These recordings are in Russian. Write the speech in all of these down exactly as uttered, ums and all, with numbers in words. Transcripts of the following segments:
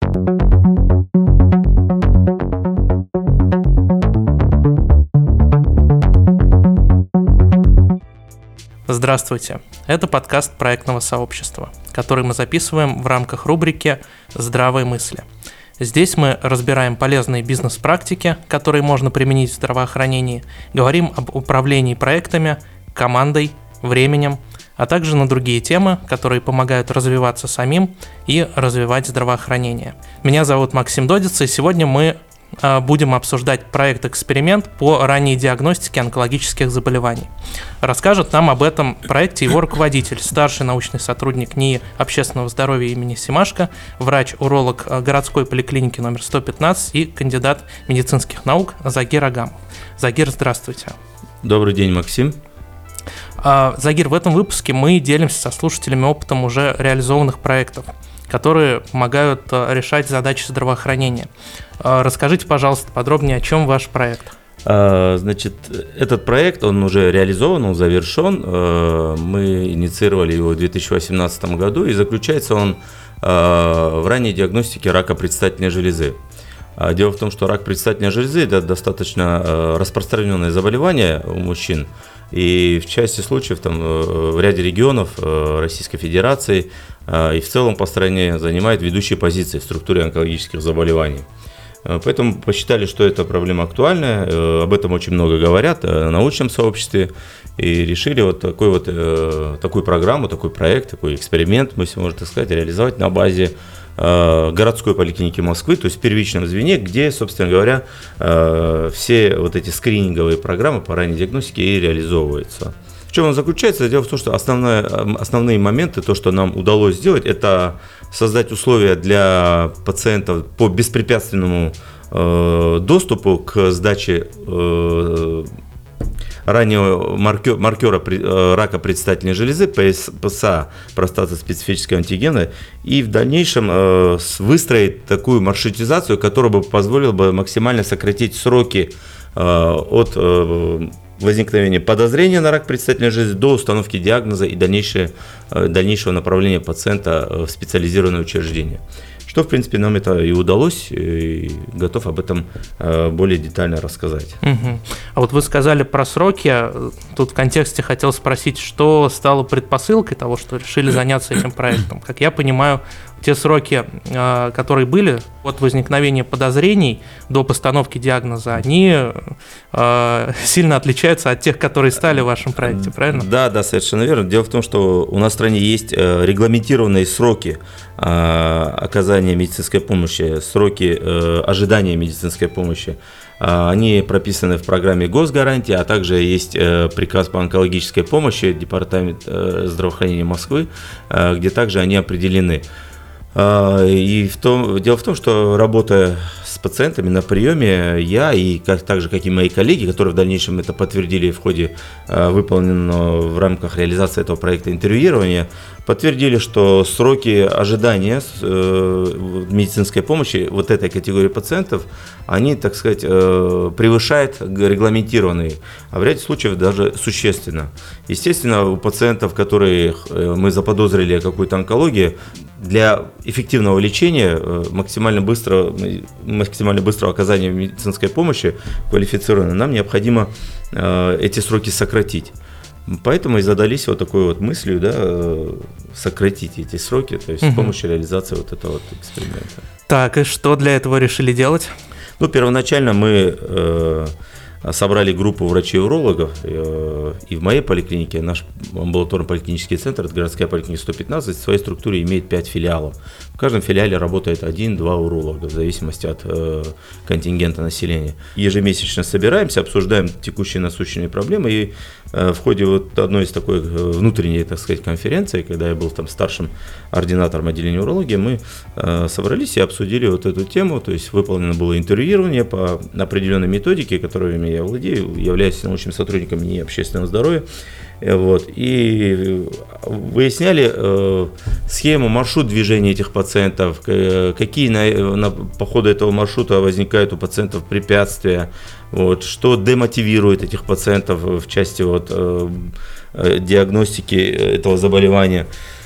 Здравствуйте! Это подкаст проектного сообщества, который мы записываем в рамках рубрики «Здравые мысли». Здесь мы разбираем полезные бизнес-практики, которые можно применить в здравоохранении, говорим об управлении проектами, командой, временем, а также на другие темы, которые помогают развиваться самим и развивать здравоохранение. Меня зовут Максим Додиц, и сегодня мы будем обсуждать проект-эксперимент по ранней диагностике онкологических заболеваний. Расскажет нам об этом проекте его руководитель, старший научный сотрудник НИИ общественного здоровья имени Семашко, врач-уролог городской поликлиники номер сто пятнадцать и кандидат медицинских наук Загир Агамов. Загир, здравствуйте. Добрый день, Максим. Загир, в этом выпуске мы делимся со слушателями опытом уже реализованных проектов, которые помогают решать задачи здравоохранения. Расскажите, пожалуйста, подробнее, о чем ваш проект. Значит, этот проект, он уже реализован, он завершен. Мы инициировали его в две тысячи восемнадцатом году, и заключается он в ранней диагностике рака предстательной железы. Дело в том, что рак предстательной железы – это достаточно распространенное заболевание у мужчин. И в части случаев там, в ряде регионов Российской Федерации и в целом по стране занимает ведущие позиции в структуре онкологических заболеваний. Поэтому посчитали, что эта проблема актуальная, об этом очень много говорят в научном сообществе, и решили вот, такой вот такую программу, такой проект, такой эксперимент, мы все можно так сказать, реализовать на базе городской поликлиники Москвы, то есть в первичном звене, где, собственно говоря, все вот эти скрининговые программы по ранней диагностике и реализовываются. В чем он заключается? Дело в том, что основное, основные моменты, то, что нам удалось сделать, это создать условия для пациентов по беспрепятственному э, доступу к сдаче э, раннего маркера, маркера э, рака предстательной железы, пэ эс а, простатоспецифического антигена, и в дальнейшем э, выстроить такую маршрутизацию, которая бы позволила бы максимально сократить сроки э, от э, возникновения подозрения на рак предстательной железы до установки диагноза и дальнейшее, дальнейшего направления пациента в специализированное учреждение. Что, в принципе, нам это и удалось, и готов об этом более детально рассказать. Угу. А вот вы сказали про сроки, тут в контексте хотел спросить, что стало предпосылкой того, что решили заняться этим проектом. Как я понимаю, те сроки, которые были от возникновения подозрений до постановки диагноза, они сильно отличаются от тех, которые стали в вашем проекте, правильно? Да, да, совершенно верно. Дело в том, что у нас в стране есть регламентированные сроки оказания медицинской помощи, сроки ожидания медицинской помощи. Они прописаны в программе госгарантии, а также есть приказ по онкологической помощи Департамента здравоохранения Москвы, где также они определены. И в том, дело в том, что работая с пациентами на приеме, я и как, так же, как и мои коллеги, которые в дальнейшем это подтвердили в ходе выполненного в рамках реализации этого проекта интервьюирования, подтвердили, что сроки ожидания медицинской помощи вот этой категории пациентов, они, так сказать, превышают регламентированные, а в ряде случаев даже существенно. Естественно, у пациентов, которые мы заподозрили какую-то онкологию, для эффективного лечения, максимально быстро, максимально быстрого оказания медицинской помощи квалифицированной, нам необходимо эти сроки сократить. Поэтому и задались вот такой вот мыслью, да, сократить эти сроки, то есть угу. с помощью реализации вот этого вот эксперимента. Так, и что для этого решили делать? Ну, первоначально мы э, собрали группу врачей-урологов, э, и в моей поликлинике, наш амбулаторно-поликлинический центр, это городская поликлиника сто пятнадцать, в своей структуре имеет пять филиалов. В каждом филиале работает один-два уролога, в зависимости от э, контингента населения. Ежемесячно собираемся, обсуждаем текущие насущные проблемы, и э, в ходе вот одной из такой внутренней, так сказать, конференции, когда я был там старшим ординатором отделения урологии, мы э, собрались и обсудили вот эту тему, то есть выполнено было интервьюирование по определенной методике, которыми я владею, являюсь научным сотрудником НИИ общественного здоровья. Вот, и выясняли э, схему, маршрут движения этих пациентов, э, какие на, на, по ходу этого маршрута возникают у пациентов препятствия, вот, что демотивирует этих пациентов в части вот, э, э, диагностики этого заболевания.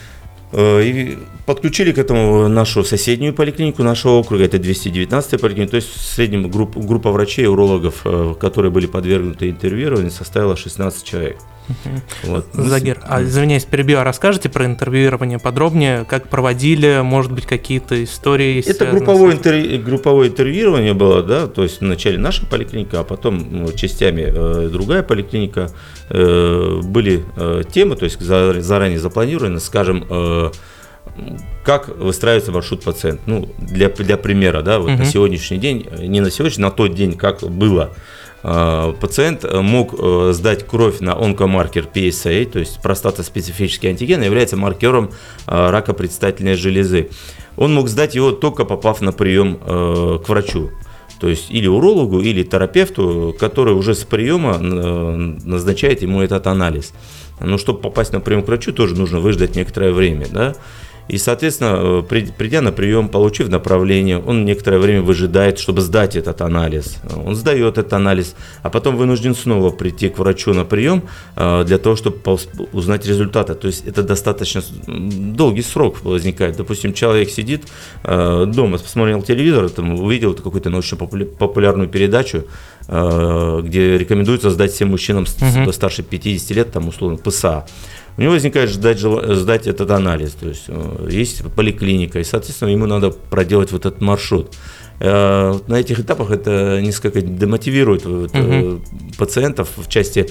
И подключили к этому нашу соседнюю поликлинику нашего округа, это двести девятнадцатая поликлиника, то есть в среднем групп, группа врачей, урологов, которые были подвергнуты интервьюированию, составила шестнадцать человек. Угу. Вот. Загир, а, извиняюсь, перебью, а расскажите про интервьюирование подробнее, как проводили, может быть, какие-то истории? Это групповое, интервью, групповое интервьюирование было, да, то есть вначале наша поликлиника, а потом ну, частями э, другая поликлиника. Э, были э, темы, то есть заранее запланированы, скажем, э, как выстраивается маршрут пациента. Ну, для, для примера, да, вот uh-huh. на сегодняшний день, не на сегодняшний, на тот день, как было, э, пациент мог э, сдать кровь на онкомаркер пи эс эй, то есть простатоспецифический антиген, является маркером э, рака предстательной железы. Он мог сдать его только попав на прием э, к врачу. То есть или урологу, или терапевту, который уже с приема назначает ему этот анализ. Но чтобы попасть на прием к врачу, тоже нужно выждать некоторое время, да? И, соответственно, придя на прием, получив направление, он некоторое время выжидает, чтобы сдать этот анализ. Он сдает этот анализ, а потом вынужден снова прийти к врачу на прием для того, чтобы узнать результаты. То есть это достаточно долгий срок возникает. Допустим, человек сидит дома, посмотрел телевизор, там, увидел какую-то научно-популярную передачу, где рекомендуется сдать всем мужчинам uh-huh. старше пятидесяти лет, там, условно, пэ эс а. У него возникает ждать, сдать этот анализ, то есть есть поликлиника, и, соответственно, ему надо проделать вот этот маршрут. На этих этапах это несколько демотивирует uh-huh. пациентов в части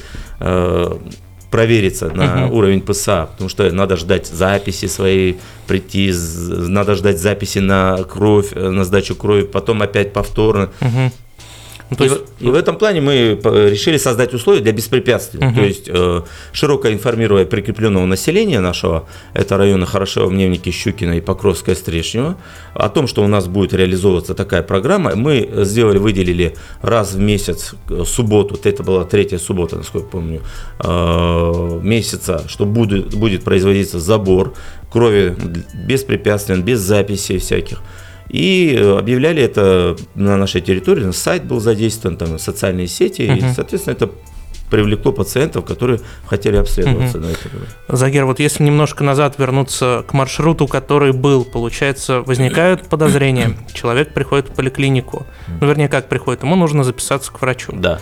провериться на uh-huh. уровень пэ эс а, потому что надо ждать записи своей, прийти, надо ждать записи на кровь, на сдачу крови, потом опять повторно. Uh-huh. То есть... и, и в этом плане мы решили создать условия для беспрепятствий. Uh-huh. То есть э, широко информируя прикрепленного населения нашего, это районы Хорошева, Мневники, Щукина и Покровская, Стрешнева, о том, что у нас будет реализовываться такая программа, мы сделали, выделили раз в месяц субботу, это была третья суббота, насколько я помню, э, месяца, что будет, будет производиться забор крови беспрепятственно, без записей всяких. И объявляли это на нашей территории, сайт был задействован, там, социальные сети, uh-huh. и, соответственно, это привлекло пациентов, которые хотели обследоваться. Uh-huh. на это. Загир, вот если немножко назад вернуться к маршруту, который был, получается, возникают подозрения, человек приходит в поликлинику, ну, вернее, как приходит, ему нужно записаться к врачу. Да.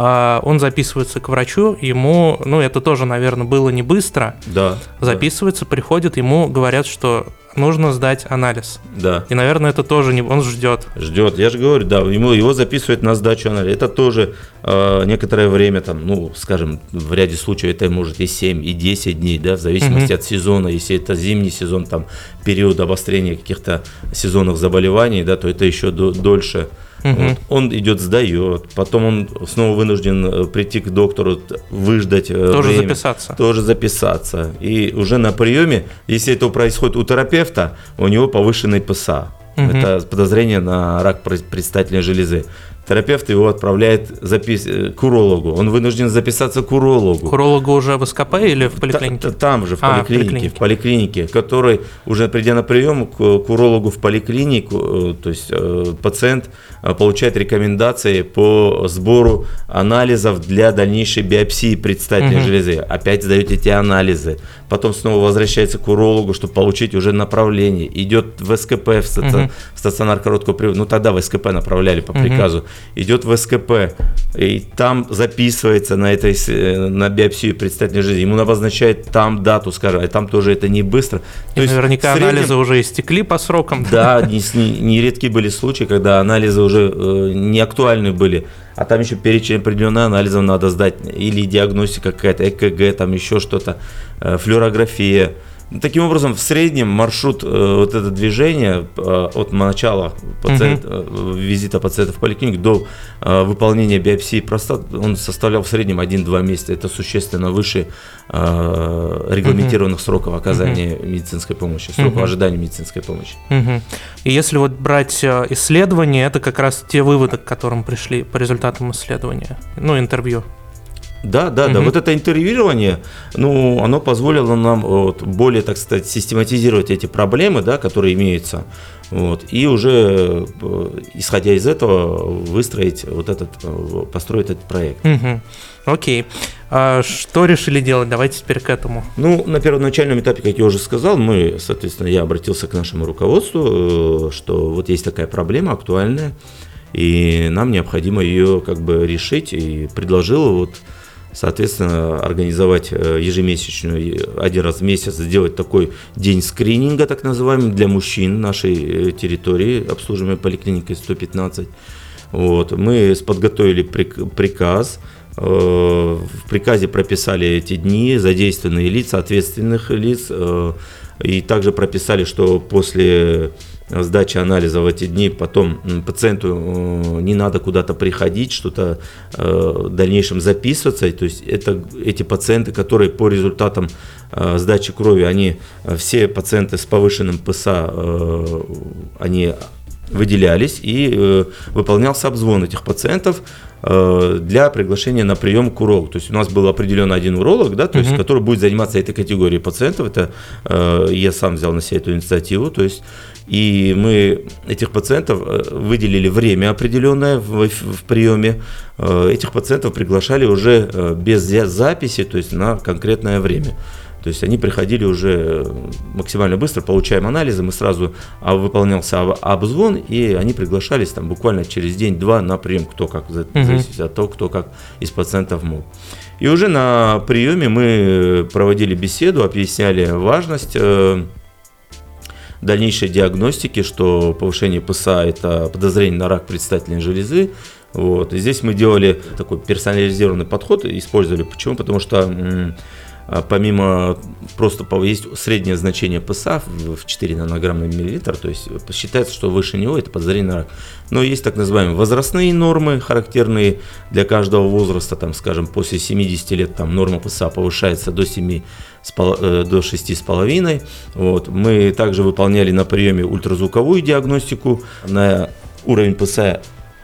Он записывается к врачу, ему, ну, это тоже, наверное, было не быстро, да, записывается, да. приходит, ему говорят, что нужно сдать анализ. Да. И, наверное, это тоже не... Он ждет. Ждет. Я же говорю, да, ему, его записывают на сдачу анализа. Это тоже э, некоторое время, там, ну, скажем, в ряде случаев это может и семь, и десять дней, да, в зависимости mm-hmm. от сезона. Если это зимний сезон, там, период обострения каких-то сезонных заболеваний, да, то это еще до, дольше. Uh-huh. Вот. Он идет, сдает, потом он снова вынужден прийти к доктору, выждать тоже время, записаться. Тоже записаться. И уже на приеме, если это происходит у терапевта, у него повышенный пэ эс а. Uh-huh. Это подозрение на рак предстательной железы. Терапевт его отправляет запис... к урологу. Он вынужден записаться к урологу. К урологу уже в эс ка пэ или в поликлинике? Там же, в поликлинике, а, в поликлинике. В поликлинике, который, уже придя на прием к, к урологу в поликлинику, то есть э, пациент получает рекомендации по сбору анализов для дальнейшей биопсии предстательной угу. железы. Опять сдают эти анализы. Потом снова возвращается к урологу, чтобы получить уже направление. Идет в эс ка пэ, в, стаци... угу. в стационар короткого привода. Ну, тогда в эс ка пэ направляли по приказу. Угу. Идет в эс ка пэ, и там записывается на, этой, на биопсию предстательной железы. Ему обозначает там дату, скажем, и там тоже это не быстро. То есть наверняка среднем... анализы уже истекли по срокам. Да, нередки не, не были случаи, когда анализы уже э, не актуальны были, а там еще перечень определенных анализов надо сдать, или диагностика какая-то, э ка гэ, там еще что-то, э, флюорография. Таким образом, в среднем маршрут э, вот это движение э, от начала пациент, uh-huh. э, визита пациента в поликлинику до э, выполнения биопсии простаты, он составлял в среднем один-два месяца. Это существенно выше э, регламентированных uh-huh. сроков оказания uh-huh. медицинской помощи, сроков uh-huh. ожидания медицинской помощи. Uh-huh. И если вот брать исследования, это как раз те выводы, к которым пришли по результатам исследования, ну, интервью. Да, да, угу. да. Вот это интервьюирование, ну, оно позволило нам вот, более, так сказать, систематизировать эти проблемы, да, которые имеются. Вот, и уже, исходя из этого, выстроить вот этот, построить этот проект. Угу. Окей. А что решили делать? Давайте теперь к этому. Ну, на первоначальном этапе, как я уже сказал, мы, соответственно, я обратился к нашему руководству, что вот есть такая проблема актуальная, и нам необходимо ее как бы решить, и предложил вот, соответственно, организовать ежемесячную, один раз в месяц, сделать такой день скрининга, так называемый, для мужчин нашей территории, обслуживаемой поликлиникой сто пятнадцать. Вот. Мы подготовили приказ, в приказе прописали эти дни, задействованные лица, ответственных лиц, и также прописали, что после сдачи анализа в эти дни потом пациенту не надо куда-то приходить, что-то в дальнейшем записываться. То есть это эти пациенты, которые по результатам сдачи крови, они все пациенты с повышенным ПСА, они выделялись, и выполнялся обзвон этих пациентов для приглашения на прием к урологу. То есть у нас был определен один уролог, да, то есть, mm-hmm. который будет заниматься этой категорией пациентов. Это э, я сам взял на себя эту инициативу. То есть, и мы этих пациентов выделили время определенное в, в приеме. Э, этих пациентов приглашали уже без записи, то есть на конкретное время. То есть они приходили уже максимально быстро, получаем анализы, мы сразу выполнялся обзвон, и они приглашались там буквально через день-два на прием, кто как, зависит от того, кто как из пациентов мог. И уже на приеме мы проводили беседу, объясняли важность дальнейшей диагностики, что повышение ПСА – это подозрение на рак предстательной железы. Вот. И здесь мы делали такой персонализированный подход, использовали. Почему? Потому что помимо просто есть среднее значение ПСА в четыре нанограмма на миллилитр, то есть считается, что выше него это подозрение на рак. Но есть так называемые возрастные нормы, характерные для каждого возраста, там, скажем, после семидесяти лет там, норма ПСА повышается до, семи, до шести с половиной. Вот. Мы также выполняли на приеме ультразвуковую диагностику на уровень ПСА.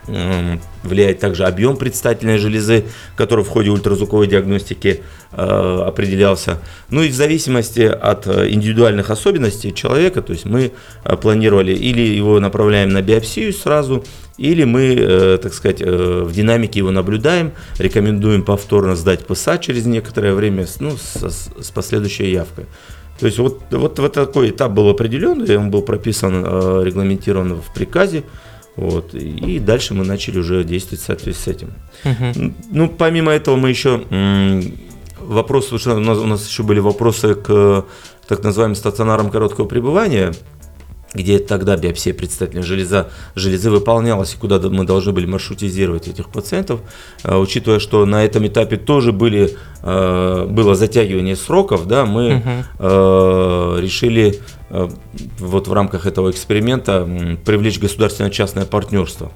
Влияет также объем предстательной железы, который в ходе ультразвуковой диагностики э, определялся. Ну и в зависимости от индивидуальных особенностей человека, то есть мы планировали или его направляем на биопсию сразу, или мы, э, так сказать, э, в динамике его наблюдаем, рекомендуем повторно сдать ПСА через некоторое время, ну, с, с последующей явкой. То есть вот, вот, вот такой этап был определен, и он был прописан, э, регламентирован в приказе. Вот, и дальше мы начали уже действовать в соответствии с этим. Uh-huh. Ну, помимо этого, мы еще вопрос, у нас, у нас еще были вопросы к так называемым стационарам короткого пребывания, где тогда биопсия предстательной железы, железы выполнялась, и куда мы должны были маршрутизировать этих пациентов, учитывая, что на этом этапе тоже были, было затягивание сроков, да, мы uh-huh. решили вот в рамках этого эксперимента привлечь государственно-частное партнерство.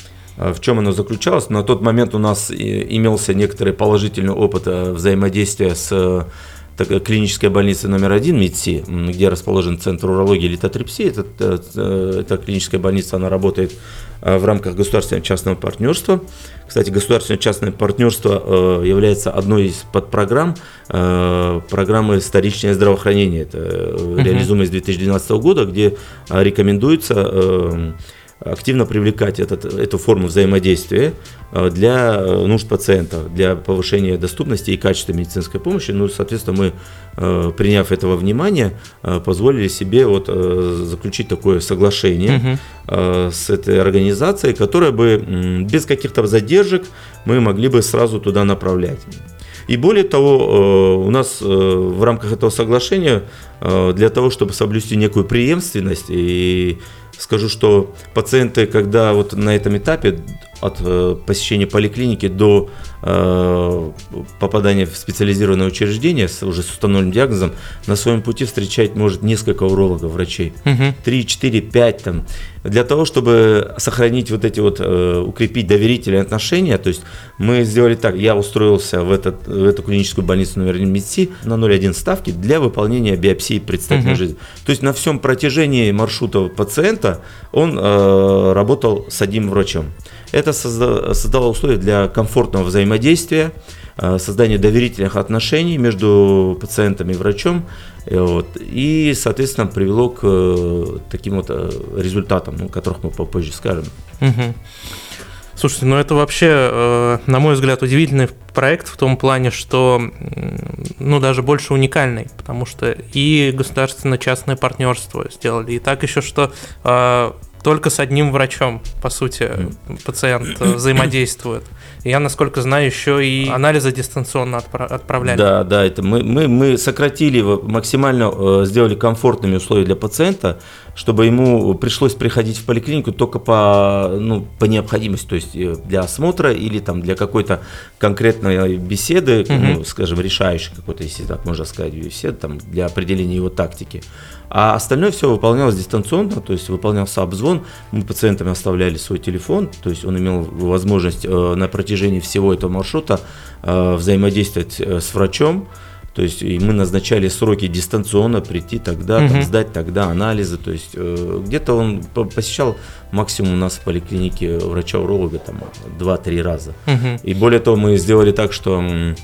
В чем оно заключалось? На тот момент у нас имелся некоторый положительный опыт взаимодействия с клинической больницей номер один МИДСИ, где расположен центр урологии и литотрипсии. Это, эта клиническая больница, она работает в рамках государственного частного партнерства. Кстати, государственное частное партнерство является одной из подпрограмм программы «Вторичное здравоохранение». Это uh-huh. реализуемое с две тысячи двенадцатого года, где рекомендуется активно привлекать этот, эту форму взаимодействия для нужд пациента, для повышения доступности и качества медицинской помощи. Ну, соответственно, мы, приняв этого внимания, позволили себе вот заключить такое соглашение uh-huh. с этой организацией, которая бы без каких-то задержек мы могли бы сразу туда направлять. И более того, у нас в рамках этого соглашения для того, чтобы соблюсти некую преемственность, и скажу, что пациенты, когда вот на этом этапе от э, посещения поликлиники до э, попадания в специализированное учреждение с, уже с установленным диагнозом, на своем пути встречать может несколько урологов, врачей, три, четыре, пять там. Для того, чтобы сохранить вот эти вот, э, укрепить доверительные отношения, то есть мы сделали так, я устроился в, этот, в эту клиническую больницу номер один МИДСИ на ноль целых одна десятая ставки для выполнения биопсии предстательной uh-huh. железы. То есть на всем протяжении маршрута пациента он э, работал с одним врачом. Это это создало условия для комфортного взаимодействия, создания доверительных отношений между пациентом и врачом, вот, и, соответственно, привело к таким вот результатам, о которых мы попозже скажем. Угу. Слушайте, ну это вообще, на мой взгляд, удивительный проект в том плане, что, ну, даже больше уникальный, потому что и государственно-частное партнерство сделали, и так еще, что э, только с одним врачом, по сути, mm. пациент взаимодействует. Я, насколько знаю, еще и анализы дистанционно отпра- отправляли. Да, да, это мы, мы, мы сократили, максимально э, сделали комфортными условия для пациента, чтобы ему пришлось приходить в поликлинику только по, ну, по необходимости, то есть для осмотра или там для какой-то конкретной беседы, mm-hmm. ну, скажем, решающей какой-то, если так можно сказать, беседы, там, для определения его тактики. А остальное все выполнялось дистанционно, то есть выполнялся обзвон, мы пациентам оставляли свой телефон, то есть он имел возможность э, на протяжении всего этого маршрута э, взаимодействовать э, с врачом, то есть и мы назначали сроки дистанционно прийти тогда, mm-hmm. там, сдать тогда анализы, то есть э, где-то он посещал максимум у нас в поликлинике врача-уролога там два-три раза. Mm-hmm. И более того, мы сделали так, что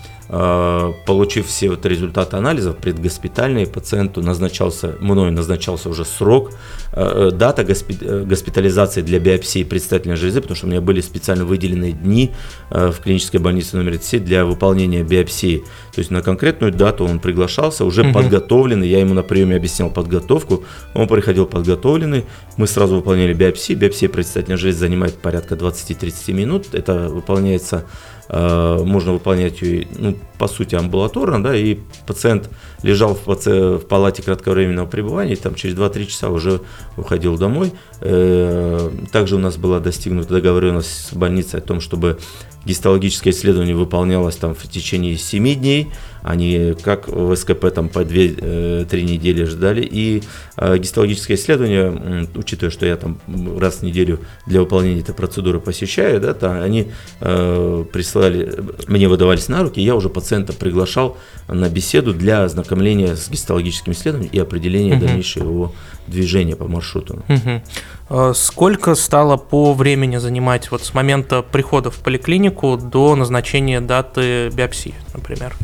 получив все вот результаты анализов предгоспитальные, пациенту назначался, мною назначался уже срок, дата госпитализации для биопсии предстательной железы, потому что у меня были специально выделены дни в клинической больнице номер семь для выполнения биопсии. То есть на конкретную дату он приглашался, уже угу. подготовленный, я ему на приеме объяснял подготовку, он приходил подготовленный, мы сразу выполняли биопсию. Биопсия предстательной железы занимает порядка двадцать-тридцать минут, это выполняется можно выполнять ее, ну, по сути, амбулаторно, да, и пациент лежал в, паци... в палате кратковременного пребывания, и там через два-три часа уже уходил домой. Также у нас была достигнута договоренность с больницей о том, чтобы гистологическое исследование выполнялось там в течение семи дней, они как в СКП там по две-три недели ждали, и э, гистологическое исследование, учитывая, что я там раз в неделю для выполнения этой процедуры посещаю, да, то они э, присылали, мне выдавались на руки, и я уже пациента приглашал на беседу для ознакомления с гистологическим исследованием и определения угу. дальнейшего его движения по маршруту. Угу. Сколько стало по времени занимать вот с момента прихода в поликлинику до назначения даты биопсии, например?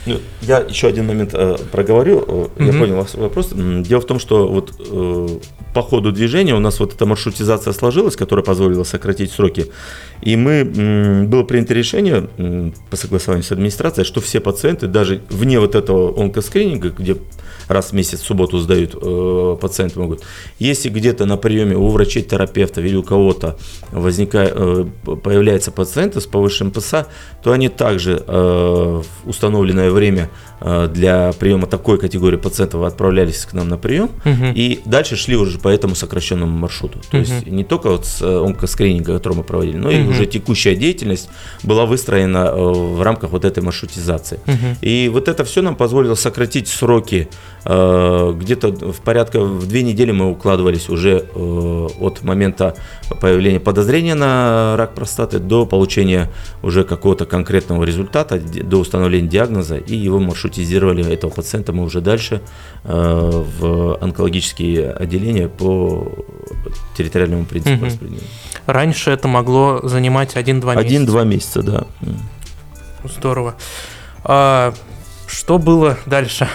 Я еще один момент э, проговорю, mm-hmm. я понял ваш вопрос. Дело в том, что вот э, по ходу движения у нас вот эта маршрутизация сложилась, которая позволила сократить сроки, и мы, м, было принято решение м, по согласованию с администрацией, что все пациенты, даже вне вот этого онкоскрининга, где раз в месяц в субботу сдают э, пациенты могут, если где-то на приеме у врачей-терапевтов или у кого-то возникает, э, появляется пациенты с повышенным ПСА, то они также э, в установленное время э, для приема такой категории пациентов отправлялись к нам на прием угу. и дальше шли уже по этому сокращенному маршруту. То угу. есть не только вот с онкоскрининга, который мы проводили, но угу. и уже текущая деятельность была выстроена э, в рамках вот этой маршрутизации. Угу. И вот это все нам позволило сократить сроки. Где-то в порядка в две недели мы укладывались уже э, от момента появления подозрения на рак простаты до получения уже какого-то конкретного результата, до установления диагноза, и его маршрутизировали, этого пациента мы уже дальше э, в онкологические отделения по территориальному принципу угу. распределения. Раньше это могло занимать один-два месяца. один-два месяца, да. Здорово. А что было дальше?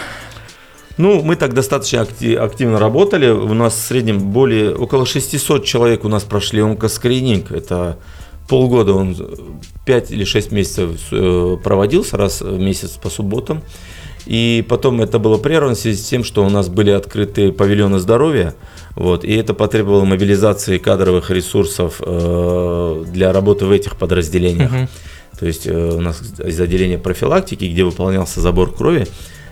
Ну, мы так достаточно активно работали. У нас в среднем более около шестьсот человек у нас прошли онкоскрининг. Это полгода, он пять или шесть месяцев проводился раз в месяц по субботам. И потом это было прервано в связи с тем, что у нас были открыты павильоны здоровья. Вот, и это потребовало мобилизации кадровых ресурсов э, для работы в этих подразделениях. Uh-huh. То есть э, у нас из отделения профилактики, где выполнялся забор крови,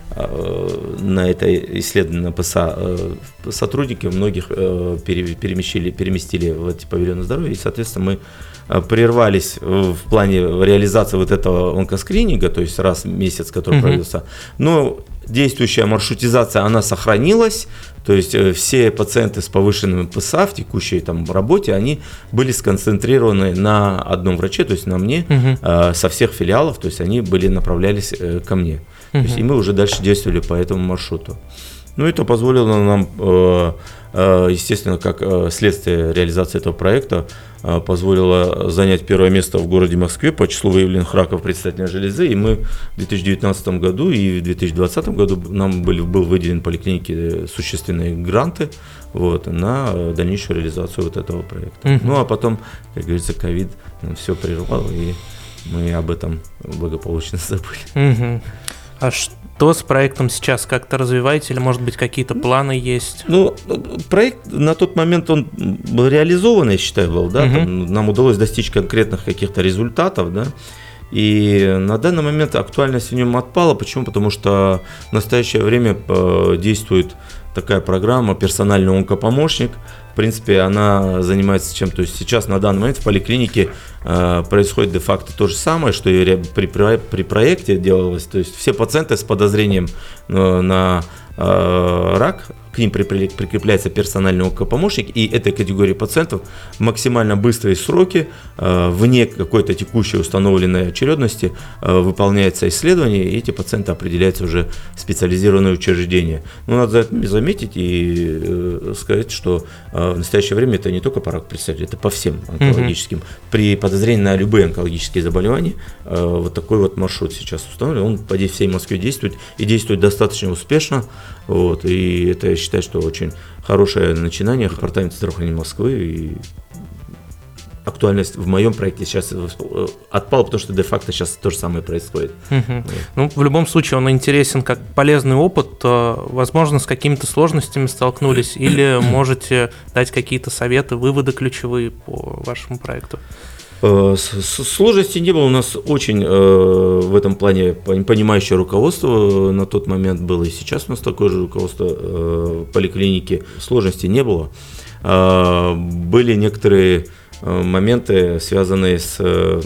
на это исследование на ПСА сотрудники многих переместили, переместили в эти павильоны здоровья, и, соответственно, мы прервались в плане реализации вот этого онкоскрининга, то есть раз в месяц, который uh-huh. проводился, но действующая маршрутизация, она сохранилась, то есть все пациенты с повышенным ПСА в текущей там работе, они были сконцентрированы на одном враче, то есть на мне, uh-huh. со всех филиалов, то есть они были направлялись ко мне. Uh-huh. То есть, и мы уже дальше действовали по этому маршруту. Ну, это позволило нам, естественно, как следствие реализации этого проекта, позволило занять первое место в городе Москве по числу выявленных раков предстательной железы. И мы в две тысячи девятнадцатом году и в две тысячи двадцатом году нам были, был выделен поликлинике существенные гранты вот, на дальнейшую реализацию вот этого проекта. Uh-huh. Ну, а потом, как говорится, ковид все прервал, и мы об этом благополучно забыли. Uh-huh. А что с проектом сейчас? Как-то развиваете или, может быть, какие-то планы есть? Ну, проект на тот момент, он был реализован, я считаю, был, да, uh-huh. Там, нам удалось достичь конкретных каких-то результатов, да, и на данный момент актуальность в нем отпала. Почему? Потому что в настоящее время действует такая программа «Персональный онкопомощник». В принципе, она занимается чем? То есть сейчас на данный момент в поликлинике э, происходит де-факто то же самое, что и при, при проекте делалось. То есть все пациенты с подозрением э, на э, рак, к ним прикрепляется персональный онкопомощник, и этой категории пациентов максимально быстрые сроки, э, вне какой-то текущей установленной очередности, э, выполняется исследование, и эти пациенты определяются уже в специализированные учреждения. Но надо заметить и э, сказать, что э, в настоящее время это не только по раку предстательной, это по всем онкологическим. Mm-hmm. При подозрении на любые онкологические заболевания э, вот такой вот маршрут сейчас установлен. Он по всей Москве действует и действует достаточно успешно. Вот, и это, я считаю, что очень хорошее начинание Департамента здравоохранения Москвы. И актуальность в моем проекте сейчас отпала, потому что де-факто сейчас то же самое происходит. Угу. Вот. Ну, в любом случае он интересен как полезный опыт. Возможно, с какими-то сложностями столкнулись, или можете дать какие-то советы, выводы ключевые по вашему проекту? Сложностей не было, у нас очень э, в этом плане понимающее руководство на тот момент было, и сейчас у нас такое же руководство э, поликлиники, сложностей не было. Э, были некоторые э, моменты, связанные с... Э,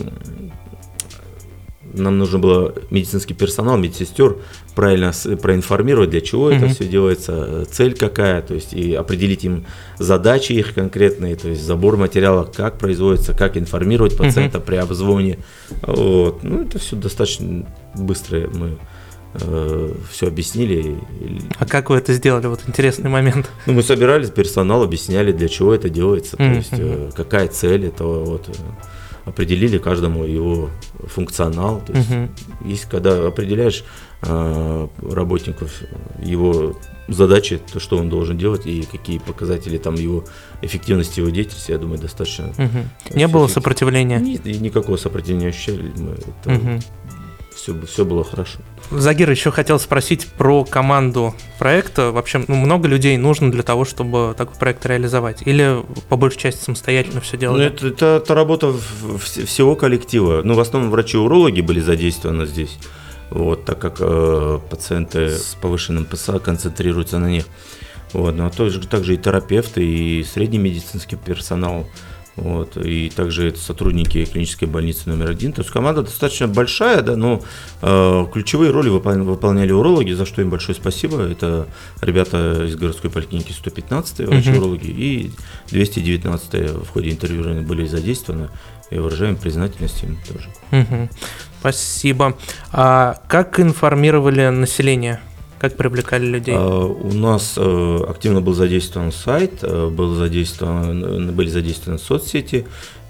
нам нужно было медицинский персонал, медсестер правильно проинформировать, для чего mm-hmm. это все делается, цель какая, то есть и определить им задачи их конкретные, то есть забор материала, как производится, как информировать пациента mm-hmm. при обзвоне. Вот. Ну, это все достаточно быстро мы э, все объяснили. А как вы это сделали? Вот интересный момент. Ну, мы собирались, персонал, объясняли, для чего это делается, mm-hmm. то есть э, какая цель этого вот. Определили каждому его функционал. То есть, uh-huh. есть, когда определяешь э, работников, его задачи, то, что он должен делать и какие показатели там его эффективности его деятельности, я думаю, достаточно. Uh-huh. Не было сопротивления? Нет, никакого сопротивления не ощущали. Мы, это, uh-huh. все, все было хорошо. Загир, еще хотел спросить про команду проекта. Вообще, ну, много людей нужно для того, чтобы такой проект реализовать? Или по большей части самостоятельно все делали? Ну, это, это, это работа в, в, всего коллектива. Ну, в основном врачи-урологи были задействованы здесь, вот, так как э, пациенты с повышенным ПСА концентрируются на них. Вот, ну, а также, также и терапевты, и средний медицинский персонал. Вот, и также сотрудники клинической больницы номер один. То есть команда достаточно большая, да, но э, ключевые роли выпол- выполняли урологи, за что им большое спасибо. Это ребята из городской поликлиники сто пятнадцать, врачи-урологи, uh-huh. и двести девятнадцать в ходе интервью были задействованы. И выражаем признательность им тоже. Uh-huh. Спасибо. А как информировали население? Как привлекали людей? Uh, у нас uh, активно был задействован сайт, uh, был задействован, были задействованы соцсети,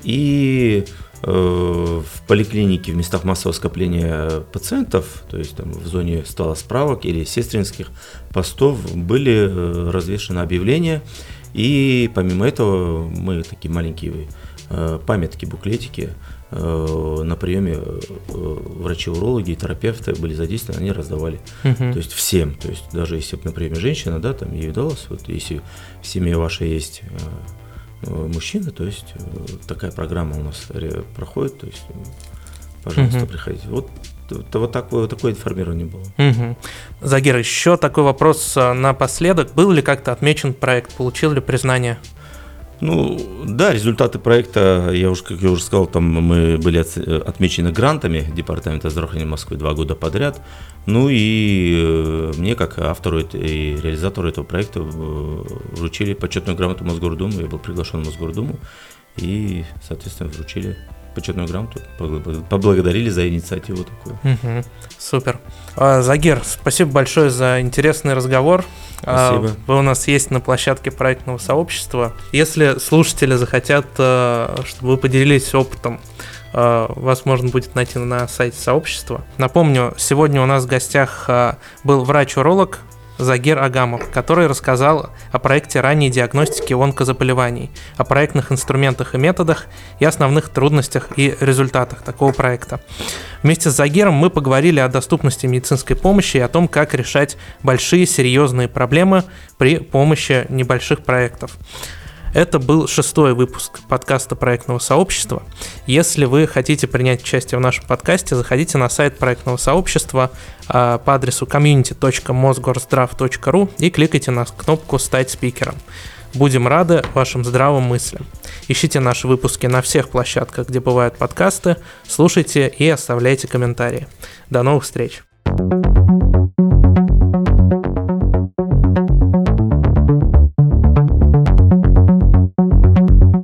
и uh, в поликлинике, в местах массового скопления пациентов, то есть там, в зоне стола справок или сестринских постов, были uh, развешаны объявления, и помимо этого мы такие маленькие uh, памятки, буклетики на приеме врачи-урологи и терапевты были задействованы, они раздавали, uh-huh. то есть всем, то есть даже если на приеме женщина, да, там ей удалось, вот если в семье вашей есть мужчина, то есть такая программа у нас проходит, то есть пожалуйста, uh-huh. приходите. Вот, вот такое, такое информирование было. Uh-huh. Загир, еще такой вопрос напоследок. Был ли как-то отмечен проект? Получил ли признание? Ну, да, результаты проекта, я уже, как я уже сказал, там мы были отмечены грантами Департамента здравоохранения Москвы два года подряд. Ну и мне, как автору и реализатору этого проекта, вручили почетную грамоту Мосгордумы. Я был приглашен в Мосгордуму и, соответственно, вручили почетную грамоту, поблагодарили за инициативу такую. Угу, супер. Загир, спасибо большое за интересный разговор. Спасибо. Вы у нас есть на площадке проектного сообщества. Если слушатели захотят, чтобы вы поделились опытом, вас можно будет найти на сайте сообщества. Напомню, сегодня у нас в гостях был врач-уролог Загир Агамов, который рассказал о проекте ранней диагностики онкозаболеваний, о проектных инструментах и методах и основных трудностях и результатах такого проекта. Вместе с Загиром мы поговорили о доступности медицинской помощи и о том, как решать большие серьезные проблемы при помощи небольших проектов. Это был шестой выпуск подкаста проектного сообщества. Если вы хотите принять участие в нашем подкасте, заходите на сайт проектного сообщества э, по адресу комьюнити точка мосгорздрав точка ру и кликайте на кнопку «Стать спикером». Будем рады вашим здравым мыслям. Ищите наши выпуски на всех площадках, где бывают подкасты, слушайте и оставляйте комментарии. До новых встреч!